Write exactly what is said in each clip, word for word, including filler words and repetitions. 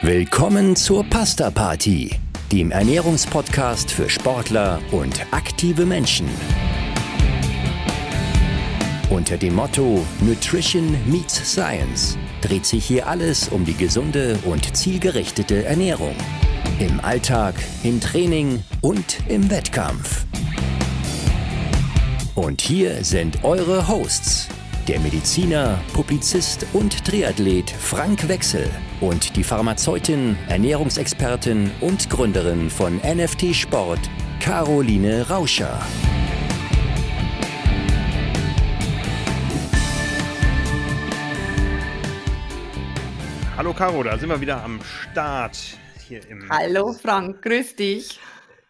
Willkommen zur Pasta Party, dem Ernährungspodcast für Sportler und aktive Menschen. Unter dem Motto Nutrition meets Science dreht sich hier alles um die gesunde und zielgerichtete Ernährung. Im Alltag, im Training und im Wettkampf. Und hier sind eure Hosts, der Mediziner, Publizist und Triathlet Frank Wechsel und die Pharmazeutin, Ernährungsexpertin und Gründerin von N F T Sport, Caroline Rauscher. Hallo Caro, da sind wir wieder am Start. Hier im Hallo Frank, grüß dich.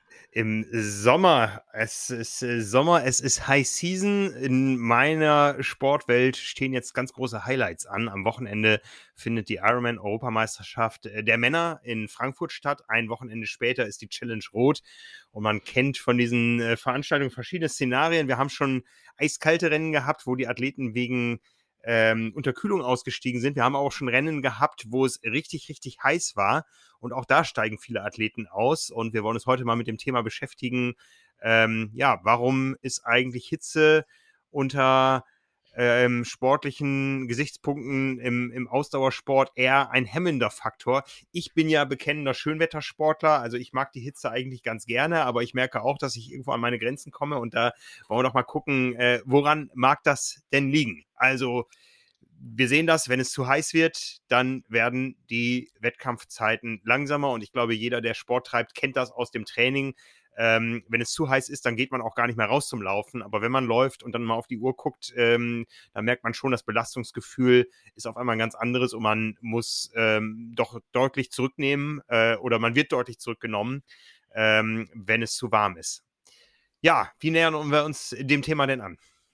Im Sommer. Es ist äh, Sommer, es ist High Season. In meiner Sportwelt stehen jetzt ganz große Highlights an. Am Wochenende findet die Ironman-Europameisterschaft äh, der Männer in Frankfurt statt. Ein Wochenende später ist die Challenge Rot. Und man kennt von diesen äh, Veranstaltungen verschiedene Szenarien. Wir haben schon eiskalte Rennen gehabt, wo die Athleten wegen ähm, Unterkühlung ausgestiegen sind. Wir haben auch schon Rennen gehabt, wo es richtig, richtig heiß war. Und auch da steigen viele Athleten aus. Und wir wollen uns heute mal mit dem Thema beschäftigen. Ähm, ja, warum ist eigentlich Hitze unter ähm, sportlichen Gesichtspunkten im, im Ausdauersport eher ein hemmender Faktor? Ich bin ja bekennender Schönwettersportler. Also ich mag die Hitze eigentlich ganz gerne. Aber ich merke auch, dass ich irgendwo an meine Grenzen komme. Und da wollen wir doch mal gucken, äh, woran mag das denn liegen? Also wir sehen das, wenn es zu heiß wird, dann werden die Wettkampfzeiten langsamer und ich glaube, jeder, der Sport treibt, kennt das aus dem Training. Ähm, wenn es zu heiß ist, dann geht man auch gar nicht mehr raus zum Laufen, aber wenn man läuft und dann mal auf die Uhr guckt, ähm, dann merkt man schon, das Belastungsgefühl ist auf einmal ein ganz anderes und man muss ähm, doch deutlich zurücknehmen äh, oder man wird deutlich zurückgenommen, ähm, wenn es zu warm ist. Ja, wie nähern wir uns dem Thema denn an?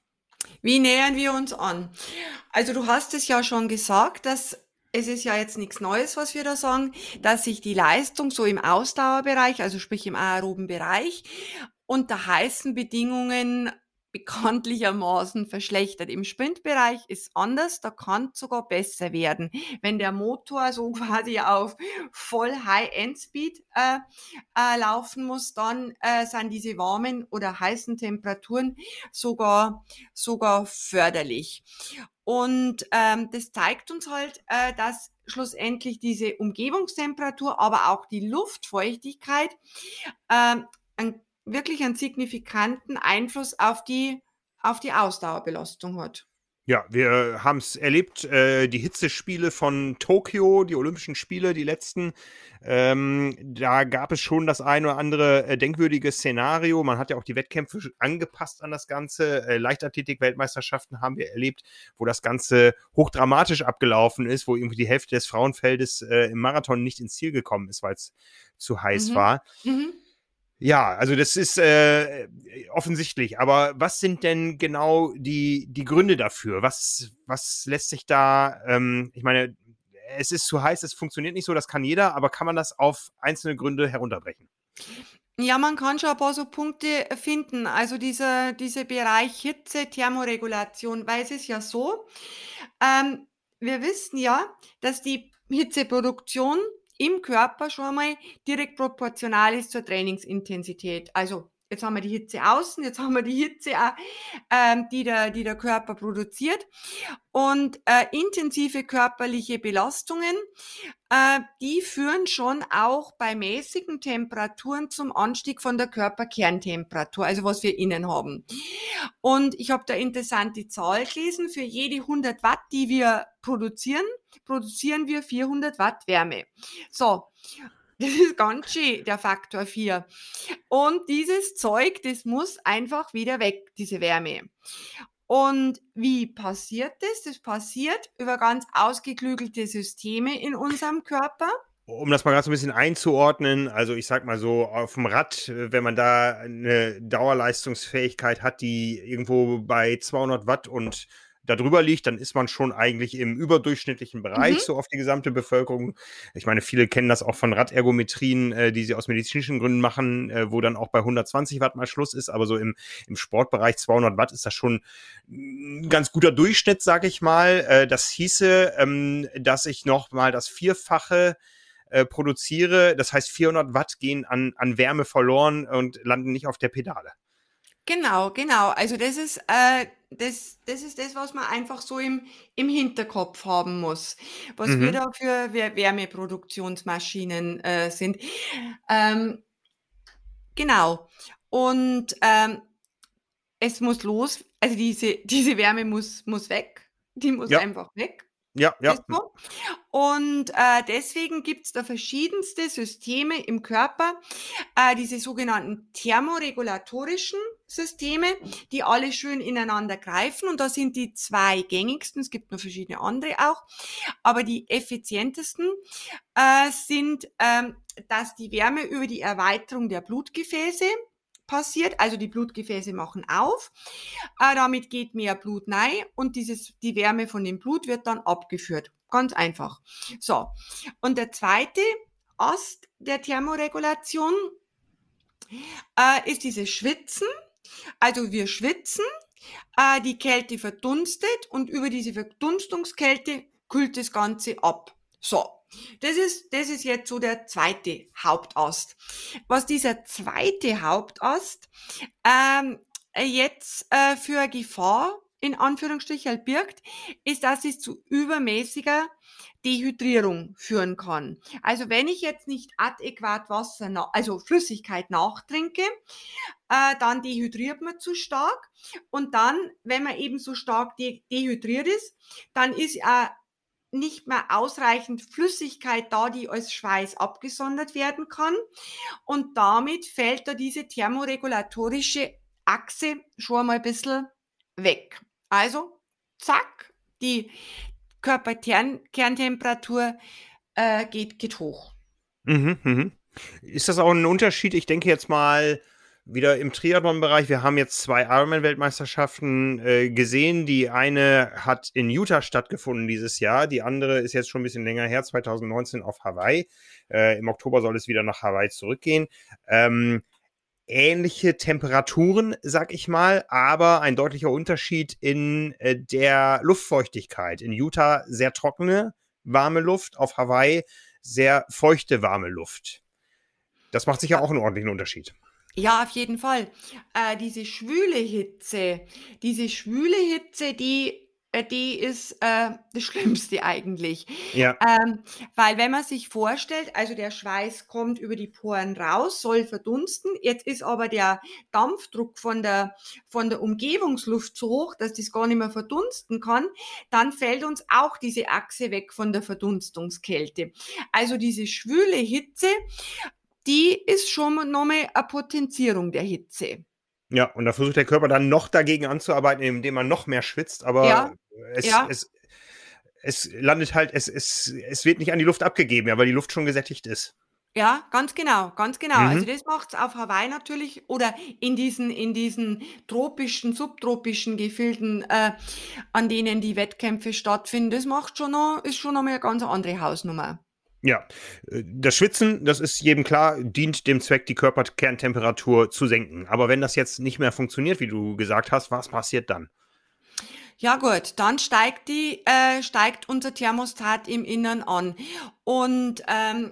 Wie nähern wir uns an? Also du hast es ja schon gesagt, dass es ist ja jetzt nichts Neues, was wir da sagen, dass sich die Leistung so im Ausdauerbereich, also sprich im aeroben Bereich, unter heißen Bedingungen bekanntlichermaßen verschlechtert. Im Sprintbereich ist anders, da kann es sogar besser werden. Wenn der Motor so quasi auf voll High-End-Speed äh, äh, laufen muss, dann äh, sind diese warmen oder heißen Temperaturen sogar, sogar förderlich. Und ähm, das zeigt uns halt, äh, dass schlussendlich diese Umgebungstemperatur, aber auch die Luftfeuchtigkeit äh, ein wirklich einen signifikanten Einfluss auf die, auf die Ausdauerbelastung hat. Ja, wir haben es erlebt, äh, die Hitzespiele von Tokio, die Olympischen Spiele, die letzten, ähm, da gab es schon das ein oder andere äh, denkwürdige Szenario. Man hat ja auch die Wettkämpfe angepasst an das Ganze. Äh, Leichtathletik-Weltmeisterschaften haben wir erlebt, wo das Ganze hochdramatisch abgelaufen ist, wo irgendwie die Hälfte des Frauenfeldes äh, im Marathon nicht ins Ziel gekommen ist, weil es zu heiß Mhm. war. Mhm. Ja, also das ist äh, offensichtlich. Aber was sind denn genau die, die Gründe dafür? Was, was lässt sich da, ähm, ich meine, es ist zu heiß, es funktioniert nicht so, das kann jeder, aber kann man das auf einzelne Gründe herunterbrechen? Ja, man kann schon ein paar so Punkte finden. Also dieser, dieser Bereich Hitze, Thermoregulation, weil es ist ja so, ähm, wir wissen ja, dass die Hitzeproduktion im Körper schon einmal direkt proportional ist zur Trainingsintensität. Also jetzt haben wir die Hitze außen, jetzt haben wir die Hitze, ähm, die, der, die der Körper produziert. Und äh, intensive körperliche Belastungen, äh, die führen schon auch bei mäßigen Temperaturen zum Anstieg von der Körperkerntemperatur, also was wir innen haben. Und ich habe da interessante Zahl gelesen, für jede hundert Watt, die wir produzieren, produzieren wir vierhundert Watt Wärme. So, das ist ganz schön, der Faktor vier. Und dieses Zeug, das muss einfach wieder weg, diese Wärme. Und wie passiert das? Das passiert über ganz ausgeklügelte Systeme in unserem Körper. Um das mal gerade so ein bisschen einzuordnen, also ich sag mal so, auf dem Rad, wenn man da eine Dauerleistungsfähigkeit hat, die irgendwo bei zweihundert Watt und da drüber liegt, dann ist man schon eigentlich im überdurchschnittlichen Bereich, Mhm. so auf die gesamte Bevölkerung. Ich meine, viele kennen das auch von Radergometrien, äh, die sie aus medizinischen Gründen machen, äh, wo dann auch bei hundertzwanzig Watt mal Schluss ist, aber so im, im Sportbereich zweihundert Watt ist das schon ein ganz guter Durchschnitt, sag ich mal. Äh, das hieße, ähm, dass ich noch mal das Vierfache äh, produziere. Das heißt, vierhundert Watt gehen an, an Wärme verloren und landen nicht auf der Pedale. Genau, genau. Also das ist, äh, das, das ist das, was man einfach so im, im Hinterkopf haben muss, was wir Mhm. da für Wär- Wärmeproduktionsmaschinen äh, sind. Ähm, genau. Und ähm, es muss los, also diese, diese Wärme muss, muss weg. Die muss Ja, einfach weg. ja, ja. Ist so. Und äh, deswegen gibt's da verschiedenste Systeme im Körper, äh, diese sogenannten thermoregulatorischen Systeme, die alle schön ineinander greifen. Und da sind die zwei gängigsten, es gibt noch verschiedene andere auch, aber die effizientesten äh, sind, ähm, dass die Wärme über die Erweiterung der Blutgefäße passiert, also die Blutgefäße machen auf, äh, damit geht mehr Blut rein und dieses, die Wärme von dem Blut wird dann abgeführt. Ganz einfach. So. Und der zweite Ast der Thermoregulation äh, ist dieses Schwitzen. Also wir schwitzen, äh, die Kälte verdunstet und über diese Verdunstungskälte kühlt das Ganze ab. So. Das ist, das ist jetzt so der zweite Hauptast. Was dieser zweite Hauptast ähm, jetzt äh, für Gefahr in Anführungsstrichen halt birgt, ist, dass es zu übermäßiger Dehydrierung führen kann. Also wenn ich jetzt nicht adäquat Wasser, na, also Flüssigkeit nachtrinke, äh, dann dehydriert man zu stark. Und dann, wenn man eben so stark de dehydriert ist, dann ist äh, nicht mehr ausreichend Flüssigkeit da, die als Schweiß abgesondert werden kann. Und damit fällt da diese thermoregulatorische Achse schon mal ein bisschen weg. Also, zack, die Körperkerntemperatur äh, geht, geht hoch. Mhm, mhm. Ist das auch ein Unterschied? Ich denke jetzt mal wieder im Triathlon-Bereich. Wir haben jetzt zwei Ironman-Weltmeisterschaften äh, gesehen. Die eine hat in Utah stattgefunden dieses Jahr. Die andere ist jetzt schon ein bisschen länger her, zwanzig neunzehn auf Hawaii. Äh, Im Oktober soll es wieder nach Hawaii zurückgehen. Ähm, ähnliche Temperaturen, sag ich mal, aber ein deutlicher Unterschied in äh, der Luftfeuchtigkeit. In Utah sehr trockene, warme Luft, auf Hawaii sehr feuchte, warme Luft. Das macht sicher auch einen ordentlichen Unterschied. Ja, auf jeden Fall. Äh, diese schwüle Hitze, diese schwüle Hitze, die, äh, die ist äh, das Schlimmste eigentlich. Ja, Ähm, weil wenn man sich vorstellt, also der Schweiß kommt über die Poren raus, soll verdunsten. Jetzt ist aber der Dampfdruck von der, von der Umgebungsluft so hoch, dass das gar nicht mehr verdunsten kann. Dann fällt uns auch diese Achse weg von der Verdunstungskälte. Also diese schwüle Hitze, die ist schon nochmal eine Potenzierung der Hitze. ja, und da versucht der Körper dann noch dagegen anzuarbeiten, indem man noch mehr schwitzt, aber Ja, es, ja, es, es landet halt, es, es, es wird nicht an die Luft abgegeben, ja, weil die Luft schon gesättigt ist. ja, ganz genau, ganz genau. Also Mhm. das macht's auf Hawaii natürlich oder in diesen, in diesen tropischen, subtropischen Gefilden, äh, an denen die Wettkämpfe stattfinden. Das macht schon noch, ist schon noch mal eine ganz andere Hausnummer. Ja, äh, das Schwitzen, das ist jedem klar, dient dem Zweck, die Körperkerntemperatur zu senken. Aber wenn das jetzt nicht mehr funktioniert, wie du gesagt hast, was passiert dann? Ja gut, dann steigt die, äh, steigt unser Thermostat im Innern an. Und ähm,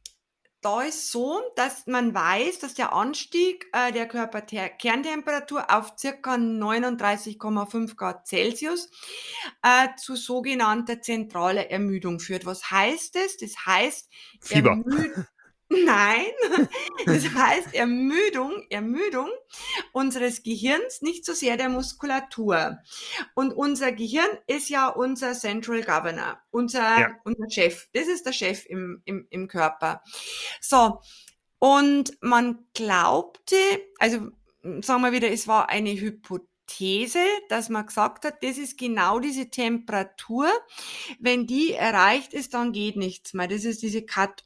da ist so, dass man weiß, dass der Anstieg äh, der Körperkerntemperatur auf circa neununddreißig Komma fünf Grad Celsius äh, zu sogenannter zentraler Ermüdung führt. Was heißt das? Das heißt, Fieber. Ermüd Nein, das heißt Ermüdung, Ermüdung unseres Gehirns, nicht so sehr der Muskulatur. Und unser Gehirn ist ja unser Central Governor, Ja. unser, unser Chef. Das ist der Chef im, im, im Körper. So, und man glaubte, also sagen wir wieder, es war eine Hypothese, dass man gesagt hat, das ist genau diese Temperatur. Wenn die erreicht ist, dann geht nichts mehr. Das ist diese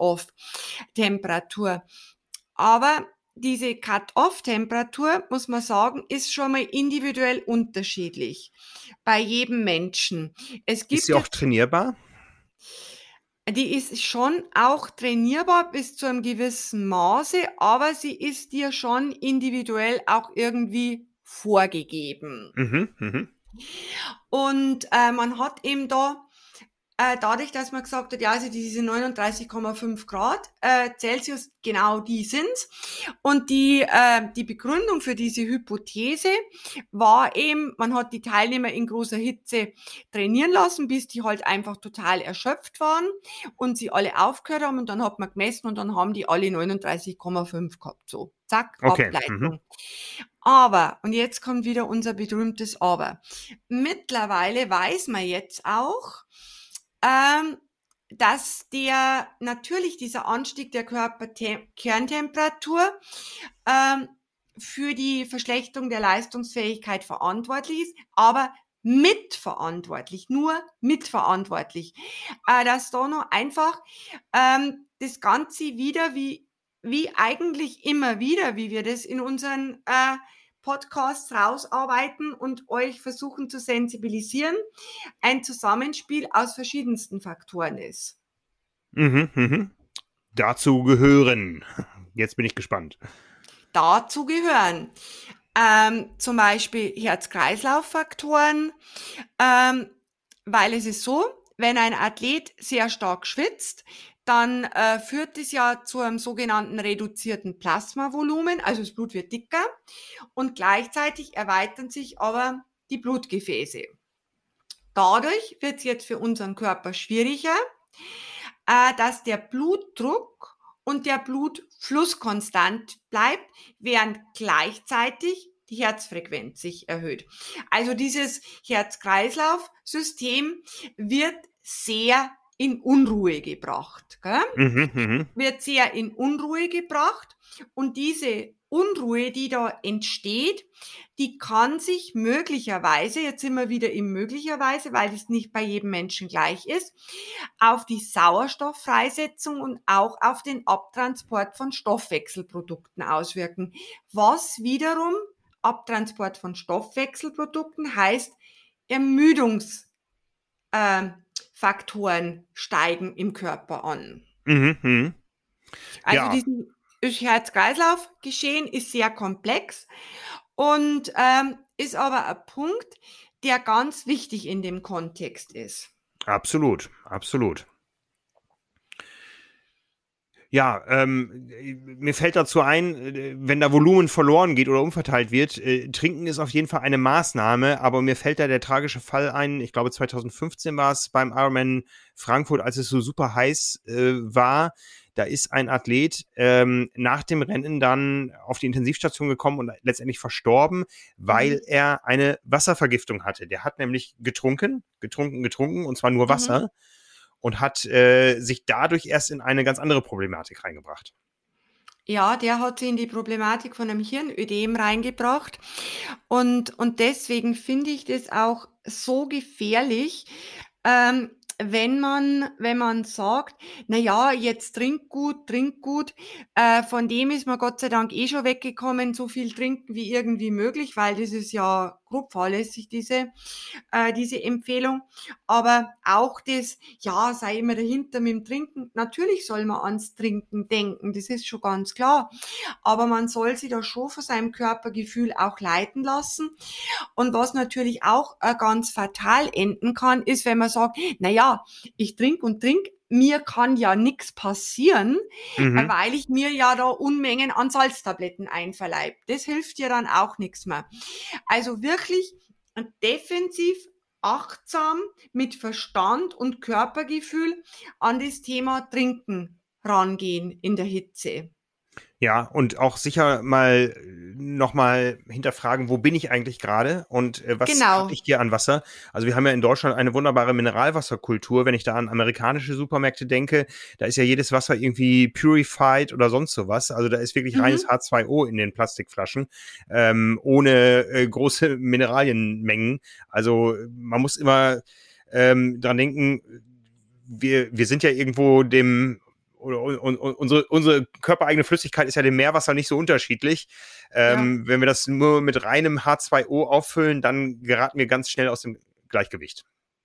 Cut-off-Temperatur. Aber diese Cut-off-Temperatur, muss man sagen, ist schon mal individuell unterschiedlich bei jedem Menschen. Es Ist gibt sie auch jetzt, trainierbar? die ist schon auch trainierbar bis zu einem gewissen Maße, aber sie ist dir schon individuell auch irgendwie vorgegeben. Mhm, mhm. Und äh, man hat eben da äh, dadurch, dass man gesagt hat, ja, also diese neununddreißig Komma fünf Grad äh, Celsius, genau die sind's. Und die, äh, die Begründung für diese Hypothese war eben, man hat die Teilnehmer in großer Hitze trainieren lassen, bis die halt einfach total erschöpft waren und sie alle aufgehört haben und dann hat man gemessen und dann haben die alle neununddreißig Komma fünf gehabt, so. Zack, Okay. Ableitung. Mhm. Aber, und jetzt kommt wieder unser berühmtes Aber. Mittlerweile weiß man jetzt auch, ähm, dass der natürlich dieser Anstieg der Körperkerntemperatur ähm, für die Verschlechterung der Leistungsfähigkeit verantwortlich ist, aber mitverantwortlich, nur mitverantwortlich. Äh, dass da noch einfach ähm, das Ganze wieder wie, wie eigentlich immer wieder, wie wir das in unseren äh, Podcasts rausarbeiten und euch versuchen zu sensibilisieren, ein Zusammenspiel aus verschiedensten Faktoren ist. Mhm, mhm. Dazu gehören. Jetzt bin ich gespannt. Dazu gehören ähm, zum Beispiel Herz-Kreislauf-Faktoren, ähm, weil es ist so, wenn ein Athlet sehr stark schwitzt, dann äh, führt es ja zu einem sogenannten reduzierten Plasmavolumen, also das Blut wird dicker und gleichzeitig erweitern sich aber die Blutgefäße. Dadurch wird es jetzt für unseren Körper schwieriger, äh, dass der Blutdruck und der Blutfluss konstant bleibt, während gleichzeitig die Herzfrequenz sich erhöht. Also dieses Herz-Kreislauf-System wird sehr in Unruhe gebracht. Gell? Mhm, mhm. Wird sehr in Unruhe gebracht und diese Unruhe, die da entsteht, die kann sich möglicherweise, jetzt sind wir wieder im möglicherweise, weil es nicht bei jedem Menschen gleich ist, auf die Sauerstofffreisetzung und auch auf den Abtransport von Stoffwechselprodukten auswirken. Was wiederum Abtransport von Stoffwechselprodukten heißt, Ermüdungsfaktoren äh, steigen im Körper an. Mhm, mhm. Also Ja. diesen Herz-Kreislauf-Geschehen ist sehr komplex und ähm, ist aber ein Punkt, der ganz wichtig in dem Kontext ist. Absolut, absolut. Ja, ähm, mir fällt dazu ein, wenn da Volumen verloren geht oder umverteilt wird, äh, Trinken ist auf jeden Fall eine Maßnahme, aber mir fällt da der tragische Fall ein, ich glaube zweitausendfünfzehn war es beim Ironman Frankfurt, als es so super heiß äh, war, da ist ein Athlet ähm, nach dem Rennen dann auf die Intensivstation gekommen und letztendlich verstorben, weil mhm. er eine Wasservergiftung hatte. Der hat nämlich getrunken, getrunken, getrunken und zwar nur Wasser. Mhm. Und hat äh, sich dadurch erst in eine ganz andere Problematik reingebracht. Ja, der hat sie in die Problematik von einem Hirnödem reingebracht. Und, und deswegen finde ich das auch so gefährlich, ähm, wenn man, wenn man sagt, na ja, jetzt trink gut, trink gut, äh, von dem ist man Gott sei Dank eh schon weggekommen, so viel trinken wie irgendwie möglich, weil das ist ja grob fahrlässig, diese, äh, diese Empfehlung. Aber auch das, ja, sei immer dahinter mit dem Trinken. Natürlich soll man ans Trinken denken, das ist schon ganz klar. Aber man soll sich da schon von seinem Körpergefühl auch leiten lassen. Und was natürlich auch äh, ganz fatal enden kann, ist, wenn man sagt, na ja, ich trinke und trinke, mir kann ja nichts passieren, mhm. weil ich mir ja da Unmengen an Salztabletten einverleibe. Das hilft ja dann auch nichts mehr. Also wirklich defensiv, achtsam, mit Verstand und Körpergefühl an das Thema Trinken rangehen in der Hitze. Ja, und auch sicher mal nochmal hinterfragen, wo bin ich eigentlich gerade und äh, was genau. habe ich hier an Wasser? Also wir haben ja in Deutschland eine wunderbare Mineralwasserkultur. Wenn ich da an amerikanische Supermärkte denke, da ist ja jedes Wasser irgendwie purified oder sonst sowas. Also da ist wirklich mhm. reines H zwei O in den Plastikflaschen, ähm, ohne äh, große Mineralienmengen. Also man muss immer ähm, dran denken, wir, wir sind ja irgendwo dem oder und, und, unsere, unsere körpereigene Flüssigkeit ist ja dem Meerwasser nicht so unterschiedlich. Ähm, ja. Wenn wir das nur mit reinem H zwei O auffüllen, dann geraten wir ganz schnell aus dem Gleichgewicht.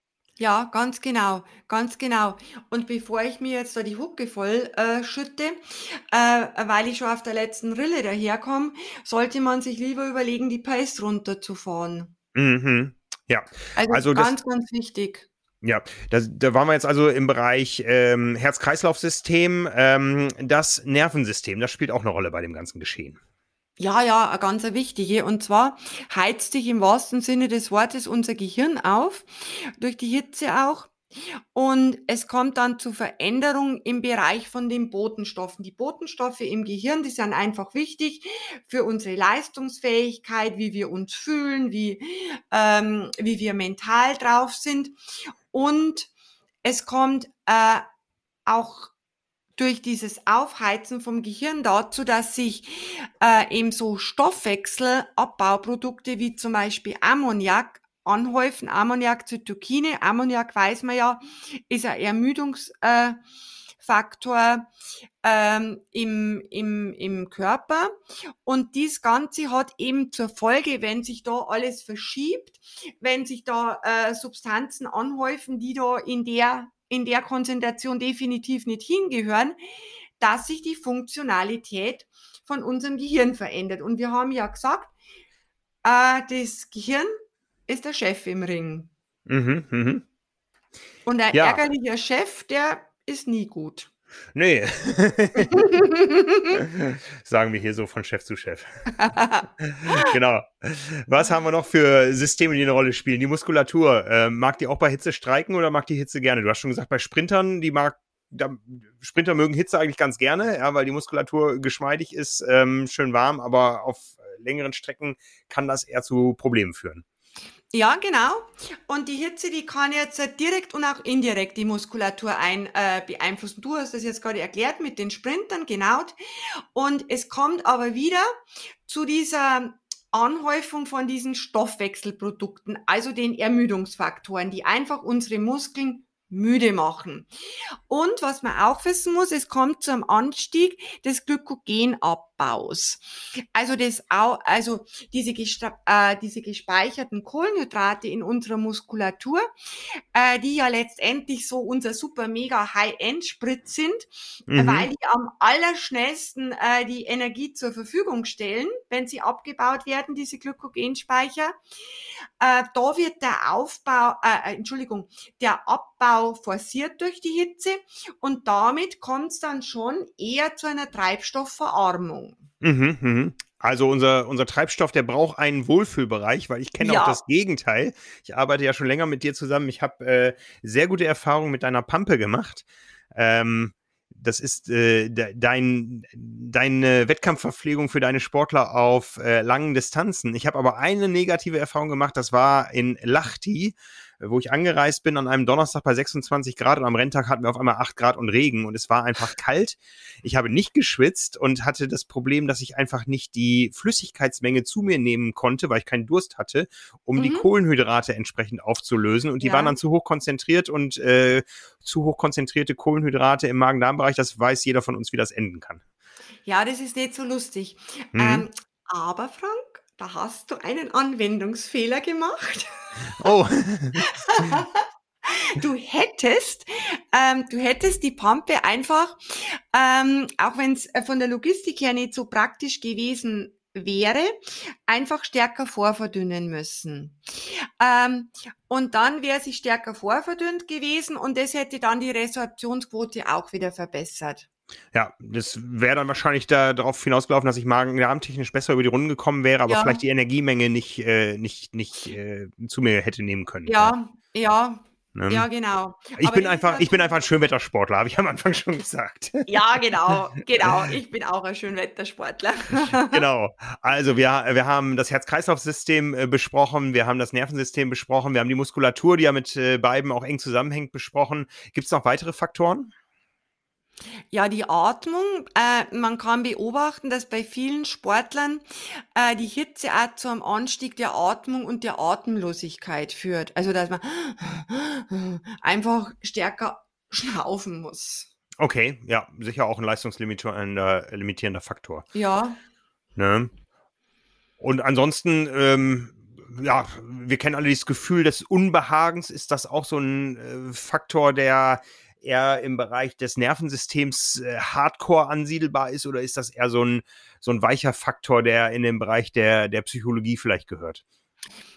Ja, ganz genau, ganz genau. Und bevor ich mir jetzt da die Hucke voll äh, schütte, äh, weil ich schon auf der letzten Rille daherkomme, sollte man sich lieber überlegen, die Pace runterzufahren. Mhm. Ja. Also, also ganz, das, ganz wichtig. Ja, da, da waren wir jetzt also im Bereich ähm, Herz-Kreislauf-System. Ähm, das Nervensystem, das spielt auch eine Rolle bei dem ganzen Geschehen. Ja, ja, eine ganz wichtige. Und zwar heizt sich im wahrsten Sinne des Wortes unser Gehirn auf, durch die Hitze auch. Und es kommt dann zu Veränderungen im Bereich von den Botenstoffen. Die Botenstoffe im Gehirn, die sind einfach wichtig für unsere Leistungsfähigkeit, wie wir uns fühlen, wie, ähm, wie wir mental drauf sind. Und es kommt äh, auch durch dieses Aufheizen vom Gehirn dazu, dass sich äh, eben so Stoffwechselabbauprodukte wie zum Beispiel Ammoniak anhäufen. Ammoniak, Zytokine. Ammoniak, weiß man ja, ist ein Ermüdungsfaktor äh, ähm, im, im, im Körper. Und dies Ganze hat eben zur Folge, wenn sich da alles verschiebt, wenn sich da äh, Substanzen anhäufen, die da in der in der Konzentration definitiv nicht hingehören, dass sich die Funktionalität von unserem Gehirn verändert. Und wir haben ja gesagt, äh, das Gehirn ist der Chef im Ring. Mhm, mhm. Und ein Ja. ärgerlicher Chef, der ist nie gut. Nee. Sagen wir hier so von Chef zu Chef. Genau. Was haben wir noch für Systeme, die eine Rolle spielen? Die Muskulatur. Äh, mag die auch bei Hitze streiken oder mag die Hitze gerne? Du hast schon gesagt, bei Sprintern, die mag, da, Sprinter mögen Hitze eigentlich ganz gerne, ja, weil die Muskulatur geschmeidig ist, ähm, schön warm, aber auf längeren Strecken kann das eher zu Problemen führen. Ja, genau. Und die Hitze, die kann jetzt direkt und auch indirekt die Muskulatur ein, äh, beeinflussen. Du hast das jetzt gerade erklärt mit den Sprintern, genau. Und es kommt aber wieder zu dieser Anhäufung von diesen Stoffwechselprodukten, also den Ermüdungsfaktoren, die einfach unsere Muskeln müde machen. Und was man auch wissen muss, es kommt zum Anstieg des Glykogenabbaus. Also das auch, also diese, äh, diese gespeicherten Kohlenhydrate in unserer Muskulatur, äh, die ja letztendlich so unser super mega High-End-Sprit sind, mhm. weil die am allerschnellsten äh, die Energie zur Verfügung stellen, wenn sie abgebaut werden, diese Glykogenspeicher. Äh, da wird der Aufbau, äh, Entschuldigung, der Abbau forciert durch die Hitze und damit kommt es dann schon eher zu einer Treibstoffverarmung. Mhm, mhm. Also unser, unser Treibstoff, der braucht einen Wohlfühlbereich, weil ich kenne ja auch das Gegenteil. Ich arbeite ja schon länger mit dir zusammen. Ich habe äh, sehr gute Erfahrungen mit deiner Pampe gemacht. Ähm, das ist äh, de, dein, deine Wettkampfverpflegung für deine Sportler auf äh, langen Distanzen. Ich habe aber eine negative Erfahrung gemacht, das war in Lahti, wo ich angereist bin an einem Donnerstag bei sechsundzwanzig Grad und am Renntag hatten wir auf einmal acht Grad und Regen und es war einfach kalt. Ich habe nicht geschwitzt und hatte das Problem, dass ich einfach nicht die Flüssigkeitsmenge zu mir nehmen konnte, weil ich keinen Durst hatte, um mhm. die Kohlenhydrate entsprechend aufzulösen und die ja. waren dann zu hoch konzentriert und äh, zu hoch konzentrierte Kohlenhydrate im Magen-Darm-Bereich, das weiß jeder von uns, wie das enden kann. Ja, das ist nicht so lustig. Mhm. Ähm, aber Frank, da hast du einen Anwendungsfehler gemacht. Oh. Du hättest, ähm, du hättest die Pampe einfach, ähm, auch wenn es von der Logistik her nicht so praktisch gewesen wäre, einfach stärker vorverdünnen müssen. Ähm, und dann wäre sie stärker vorverdünnt gewesen und das hätte dann die Resorptionsquote auch wieder verbessert. Ja, das wäre dann wahrscheinlich da darauf hinausgelaufen, dass ich magen-darm-technisch besser über die Runden gekommen wäre, aber ja. vielleicht die Energiemenge nicht, äh, nicht, nicht äh, zu mir hätte nehmen können. Ja, ja. Ja, ja, genau. Ich bin einfach, ich bin einfach ein Schönwettersportler, habe ich am Anfang schon gesagt. Ja, genau, genau. Ich bin auch ein Schönwettersportler. Genau. Also wir, wir haben das Herz-Kreislauf-System äh, besprochen, wir haben das Nervensystem besprochen, wir haben die Muskulatur, die ja mit äh, beiden auch eng zusammenhängt, besprochen. Gibt es noch weitere Faktoren? Ja, die Atmung. Äh, man kann beobachten, dass bei vielen Sportlern äh, die Hitze auch zu einem Anstieg der Atmung und der Atemlosigkeit führt. Also, dass man einfach stärker schnaufen muss. Okay, ja, sicher auch ein leistungslimitierender limitierender Faktor. Ja. Ne? Und ansonsten, ähm, ja, wir kennen alle dieses Gefühl des Unbehagens. Ist das auch so ein äh, Faktor, der eher im Bereich des Nervensystems äh, hardcore ansiedelbar ist oder ist das eher so ein, so ein weicher Faktor, der in den Bereich der, der Psychologie vielleicht gehört?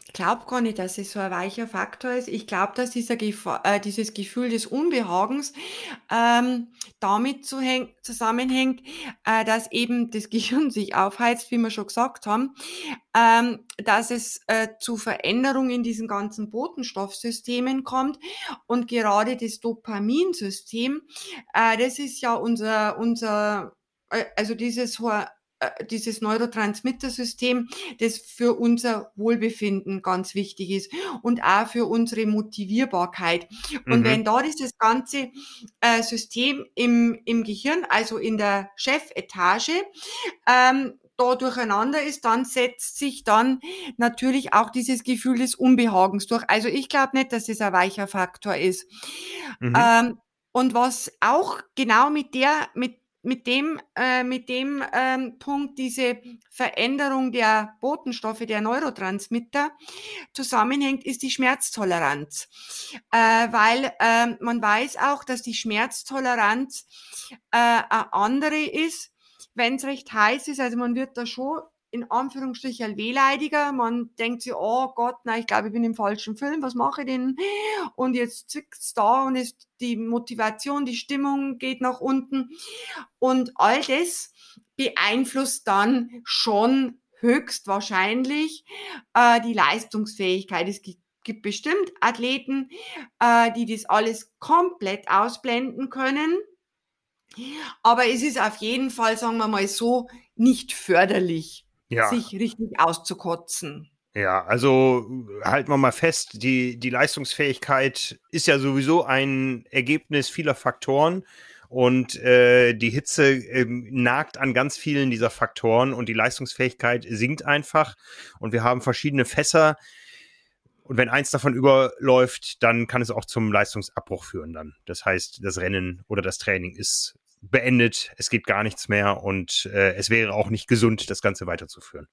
Ich glaube gar nicht, dass es so ein weicher Faktor ist. Ich glaube, dass dieser Gefa äh, dieses Gefühl des Unbehagens ähm, damit zu häng zusammenhängt, äh, dass eben das Gehirn sich aufheizt, wie wir schon gesagt haben, ähm, dass es äh, zu Veränderungen in diesen ganzen Botenstoffsystemen kommt und gerade das Dopaminsystem, äh, das ist ja unser unser äh, also dieses Hor äh, dieses Neurotransmittersystem, das für unser Wohlbefinden ganz wichtig ist und auch für unsere Motivierbarkeit. Und Mhm. wenn da dieses ganze äh, System im, im Gehirn, also in der Chefetage, ähm, da durcheinander ist, dann setzt sich dann natürlich auch dieses Gefühl des Unbehagens durch. Also ich glaube nicht, dass es ein weicher Faktor ist. Mhm. Ähm, und was auch genau mit der, mit mit dem, äh, mit dem ähm, Punkt, diese Veränderung der Botenstoffe, der Neurotransmitter zusammenhängt, ist die Schmerztoleranz. Äh, weil äh, man weiß auch, dass die Schmerztoleranz äh, eine andere ist, wenn es recht heiß ist. Also man wird da schon in Anführungsstrichen wehleidiger. Man denkt sich, oh Gott, nein, ich glaube, ich bin im falschen Film, was mache ich denn? Und jetzt zwickt's da und ist die Motivation, die Stimmung geht nach unten. Und all das beeinflusst dann schon höchstwahrscheinlich äh, die Leistungsfähigkeit. Es gibt gibt bestimmt Athleten, äh, die das alles komplett ausblenden können. Aber es ist auf jeden Fall, sagen wir mal so, nicht förderlich, Ja, sich richtig auszukotzen. ja, also halten wir mal fest, die, die Leistungsfähigkeit ist ja sowieso ein Ergebnis vieler Faktoren und äh, die Hitze ähm, nagt an ganz vielen dieser Faktoren und die Leistungsfähigkeit sinkt einfach und wir haben verschiedene Fässer und wenn eins davon überläuft, dann kann es auch zum Leistungsabbruch führen dann. Das heißt, das Rennen oder das Training ist beendet, es geht gar nichts mehr und äh, es wäre auch nicht gesund, das Ganze weiterzuführen.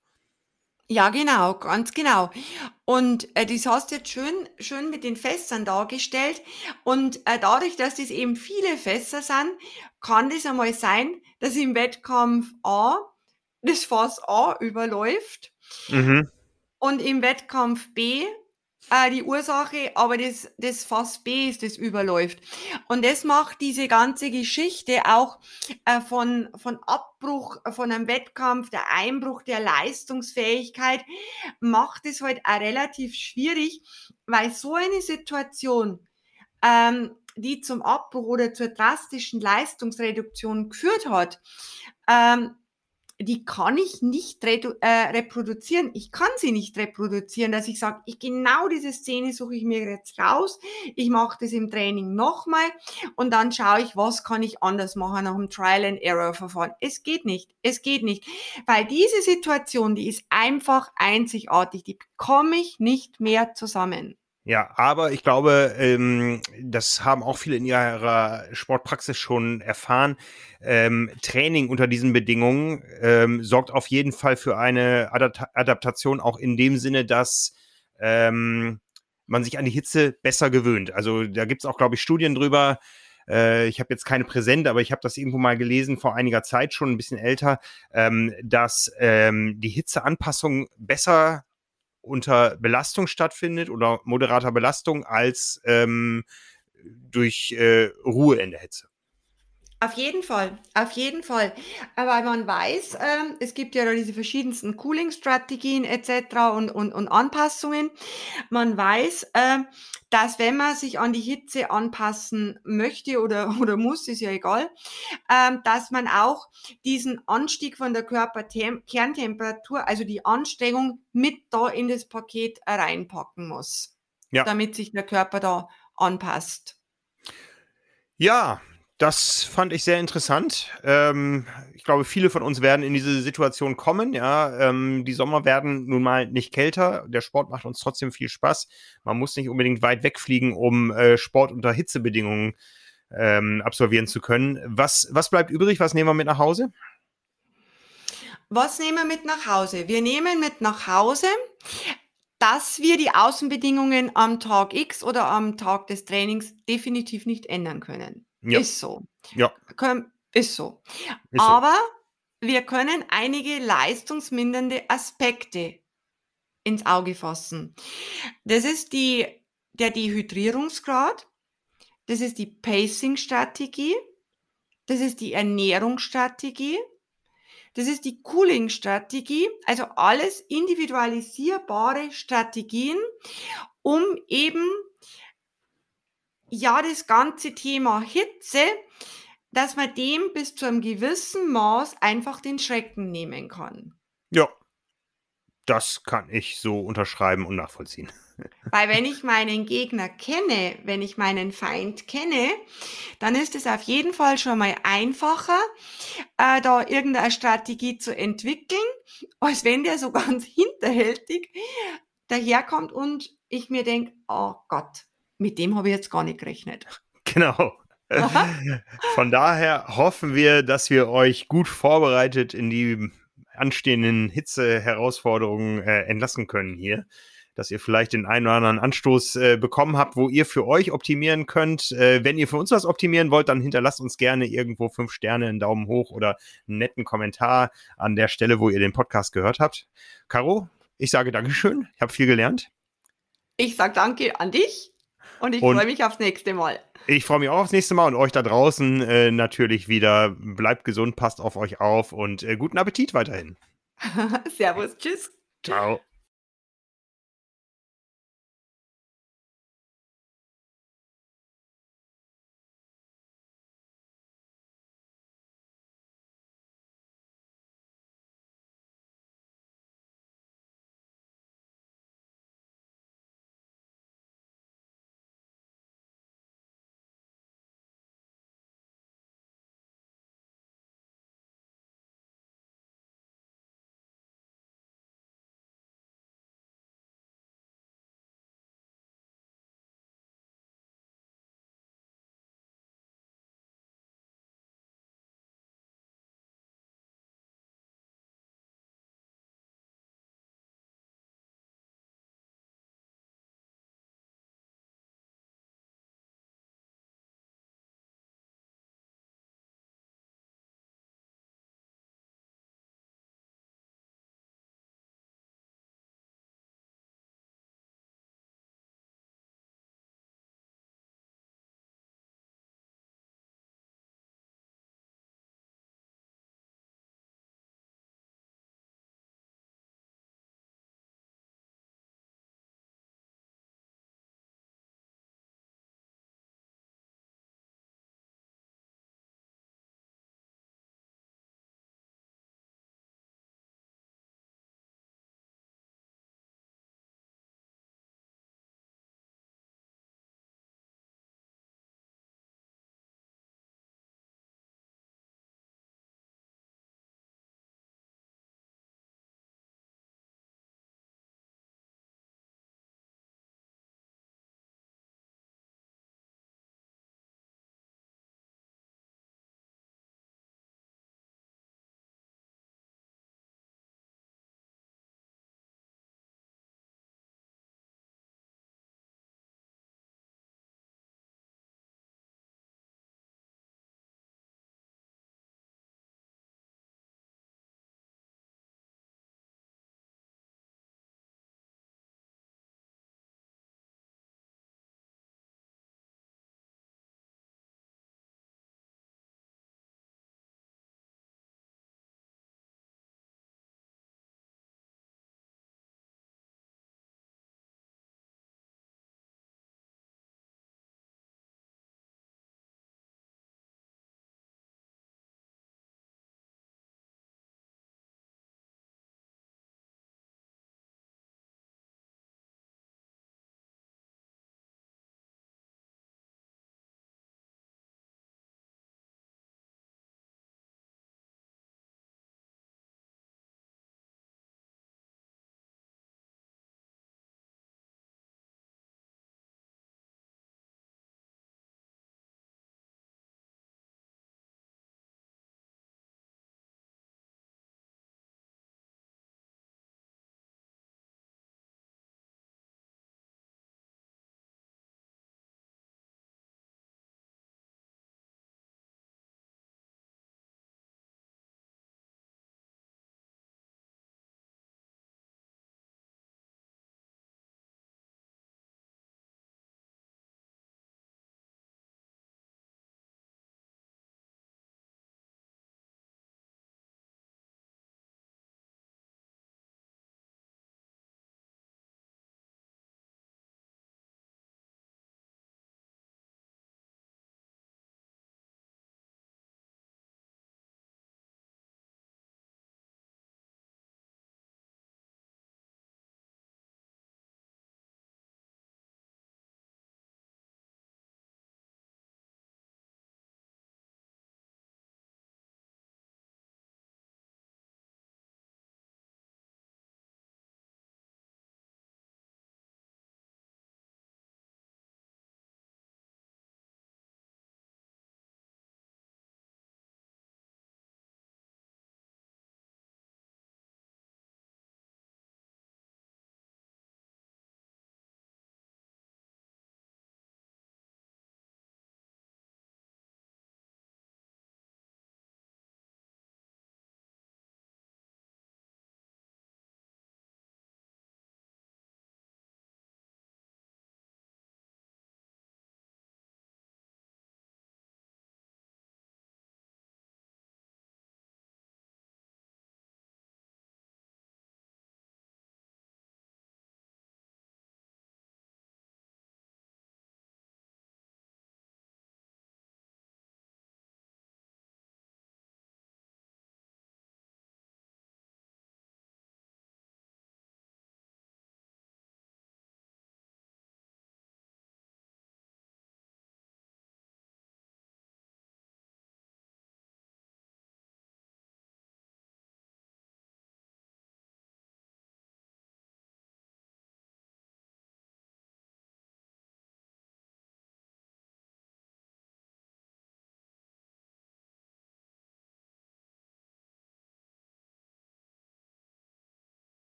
Ja, genau, ganz genau. Und äh, das hast du jetzt schön, schön mit den Fässern dargestellt. Und äh, dadurch, dass das eben viele Fässer sind, kann das einmal sein, dass im Wettkampf A das Fass A überläuft Mhm. und im Wettkampf B äh, die Ursache, aber das, das Fass B ist, das überläuft. Und das macht diese ganze Geschichte auch äh, von, von Abbruch von einem Wettkampf, der Einbruch der Leistungsfähigkeit, macht es halt auch relativ schwierig, weil so eine Situation, ähm, die zum Abbruch oder zur drastischen Leistungsreduktion geführt hat, ähm, die kann ich nicht redu- äh, reproduzieren. Ich kann sie nicht reproduzieren, dass ich sage, ich genau diese Szene suche ich mir jetzt raus, ich mache das im Training nochmal und dann schaue ich, was kann ich anders machen nach dem Trial-and-Error-Verfahren. Es geht nicht, es geht nicht, weil diese Situation, die ist einfach einzigartig, die bekomme ich nicht mehr zusammen. Ja, aber ich glaube, ähm, das haben auch viele in ihrer Sportpraxis schon erfahren. Ähm, Training unter diesen Bedingungen ähm, sorgt auf jeden Fall für eine Adapt- Adaptation, auch in dem Sinne, dass ähm, man sich an die Hitze besser gewöhnt. Also da gibt's auch, glaube ich, Studien drüber. Äh, ich habe jetzt keine präsent, aber ich habe das irgendwo mal gelesen, vor einiger Zeit, schon ein bisschen älter, ähm, dass ähm, die Hitzeanpassung besser unter Belastung stattfindet oder moderater Belastung als ähm, durch äh, Ruhe in der Hitze. Auf jeden Fall, auf jeden Fall. Aber man weiß, ähm, es gibt ja da diese verschiedensten Cooling-Strategien et cetera und, und, und Anpassungen. Man weiß, ähm, dass wenn man sich an die Hitze anpassen möchte oder, oder muss, ist ja egal, ähm, dass man auch diesen Anstieg von der Körperkerntemperatur, also die Anstrengung, mit da in das Paket reinpacken muss, Ja, damit sich der Körper da anpasst. ja, das fand ich sehr interessant. Ähm, ich glaube, viele von uns werden in diese Situation kommen. Ja, ähm, die Sommer werden nun mal nicht kälter. Der Sport macht uns trotzdem viel Spaß. Man muss nicht unbedingt weit wegfliegen, um äh, Sport unter Hitzebedingungen ähm, absolvieren zu können. Was, was bleibt übrig? Was nehmen wir mit nach Hause? Was nehmen wir mit nach Hause? Wir nehmen mit nach Hause, dass wir die Außenbedingungen am Tag X oder am Tag des Trainings definitiv nicht ändern können. Ja, Ist so. ja, Können, ist so. ist so. Aber wir können einige leistungsmindernde Aspekte ins Auge fassen. Das ist die, der Dehydrierungsgrad, das ist die Pacing-Strategie, das ist die Ernährungsstrategie, das ist die Cooling-Strategie, also alles individualisierbare Strategien, um eben ja das ganze Thema Hitze, dass man dem bis zu einem gewissen Maß einfach den Schrecken nehmen kann. Ja, das kann ich so unterschreiben und nachvollziehen. Weil wenn ich meinen Gegner kenne, wenn ich meinen Feind kenne, dann ist es auf jeden Fall schon mal einfacher, äh, da irgendeine Strategie zu entwickeln, als wenn der so ganz hinterhältig daherkommt und ich mir denke, oh Gott, mit dem habe ich jetzt gar nicht gerechnet. Genau. Von daher hoffen wir, dass wir euch gut vorbereitet in die anstehenden Hitze-Herausforderungen äh, entlassen können hier. Dass ihr vielleicht den einen oder anderen Anstoß äh, bekommen habt, wo ihr für euch optimieren könnt. Äh, wenn ihr für uns was optimieren wollt, dann hinterlasst uns gerne irgendwo fünf Sterne, einen Daumen hoch oder einen netten Kommentar an der Stelle, wo ihr den Podcast gehört habt. Caro, ich sage Dankeschön. Ich habe viel gelernt. Ich sage danke an dich und ich Und freue mich aufs nächste Mal. Ich freue mich auch aufs nächste Mal und euch da draußen äh, natürlich wieder. Bleibt gesund, passt auf euch auf und äh, guten Appetit weiterhin. Servus, tschüss. Ciao.